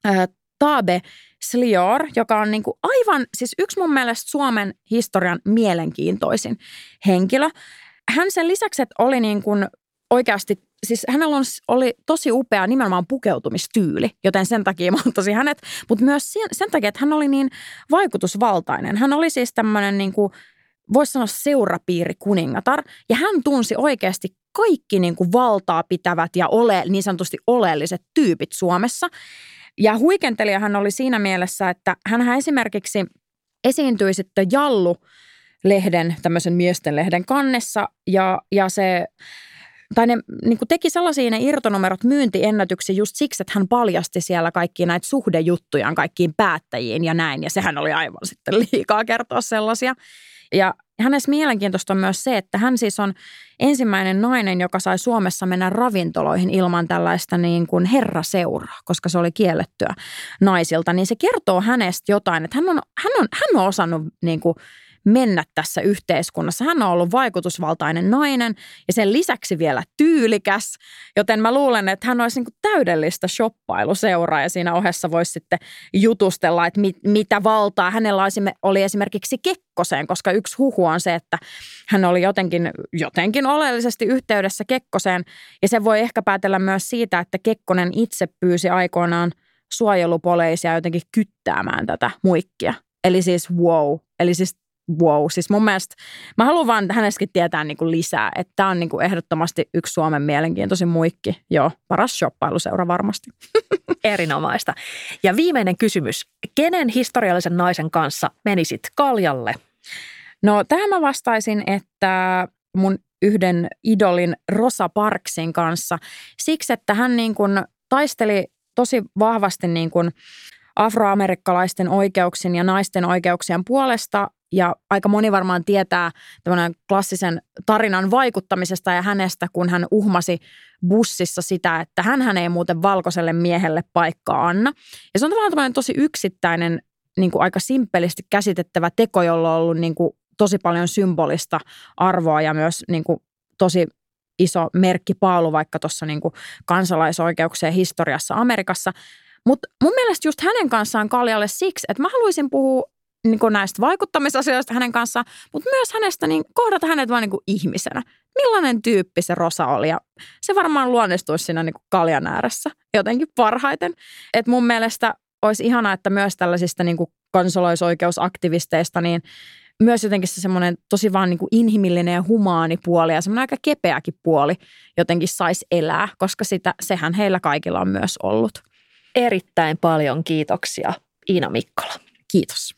Taabe Slior, joka on niinku aivan, siis yksi mun mielestä Suomen historian mielenkiintoisin henkilö. Hän sen lisäksi, että oli niin kuin oikeasti, siis hänellä on, oli tosi upea nimenomaan pukeutumistyyli, joten sen takia mä ottaisin hänet, mutta myös sen, sen takia, että hän oli niin vaikutusvaltainen. Hän oli siis tämmöinen niin kuin, voisi sanoa seurapiirikuningatar, ja hän tunsi oikeasti kaikki niin kuin valtaa pitävät ja ole, niin sanotusti oleelliset tyypit Suomessa. Ja huikentelija hän oli siinä mielessä, että hän esimerkiksi esiintyi sitten Jallu-lehden, tämmöisen miestenlehden kannessa, ja, ja se, tai ne niin kuin teki sellaisia ne irtonumerot myyntiennätyksiä just siksi, että hän paljasti siellä kaikkia näitä suhdejuttuja kaikkiin päättäjiin ja näin, ja sehän oli aivan sitten liikaa kertoa sellaisia. Ja hänessä mielenkiintoista on myös se, että hän siis on ensimmäinen nainen, joka sai Suomessa mennä ravintoloihin ilman tällaista niin kuin herraseuraa, koska se oli kiellettyä naisilta. Niin se kertoo hänestä jotain, että hän on, hän on, hän on osannut niin kuin mennä tässä yhteiskunnassa. Hän on ollut vaikutusvaltainen nainen ja sen lisäksi vielä tyylikäs, joten mä luulen, että hän olisi niin kuin täydellistä shoppailuseuraa ja siinä ohessa voisi sitten jutustella, että mit, mitä valtaa hänellä oli esimerkiksi Kekkoseen, koska yksi huhu on se, että hän oli jotenkin, jotenkin oleellisesti yhteydessä Kekkoseen ja se voi ehkä päätellä myös siitä, että Kekkonen itse pyysi aikoinaan suojelupoliisia jotenkin kyttäämään tätä muikkia. Eli siis wow, eli siis wow, siis mun mielestä, mä haluan vaan hänestäkin tietää niin kuin lisää, että tämä on niin kuin ehdottomasti yksi Suomen mielenkiintoisin muikki. Joo, paras shoppailuseura varmasti. Erinomaista. Ja viimeinen kysymys, kenen historiallisen naisen kanssa menisit kaljalle? No tähän mä vastaisin, että mun yhden idolin Rosa Parksin kanssa siksi, että hän niin kuin taisteli tosi vahvasti niin kuin afroamerikkalaisten oikeuksien ja naisten oikeuksien puolesta. Ja aika moni varmaan tietää tämän klassisen tarinan vaikuttamisesta ja hänestä, kun hän uhmasi bussissa sitä, että hän ei muuten valkoiselle miehelle paikkaa anna. Ja se on tavallaan tosi yksittäinen, niin kuin aika simppelisti käsitettävä teko, jolla on ollut niin kuin tosi paljon symbolista arvoa ja myös niin kuin tosi iso merkkipaalu vaikka tuossa niin kuin kansalaisoikeuksien historiassa Amerikassa. Mutta mun mielestä just hänen kanssaan kaljalle siksi, että mä haluaisin puhua niin kuin näistä vaikuttamisasioista hänen kanssaan, mutta myös hänestä niin kohdata hänet vain niin kuin ihmisenä. Millainen tyyppi se Rosa oli ja se varmaan luonnistuisi siinä niin kuin kaljan ääressä jotenkin parhaiten. Et mun mielestä olisi ihanaa, että myös tällaisista niin kuin kansalaisoikeusaktivisteista niin myös jotenkin se semmoinen tosi vaan niin kuin inhimillinen ja humaani puoli ja semmoinen aika kepeäkin puoli jotenkin saisi elää, koska sitä, sehän heillä kaikilla on myös ollut. Erittäin paljon kiitoksia, Iina Mikkola. Kiitos.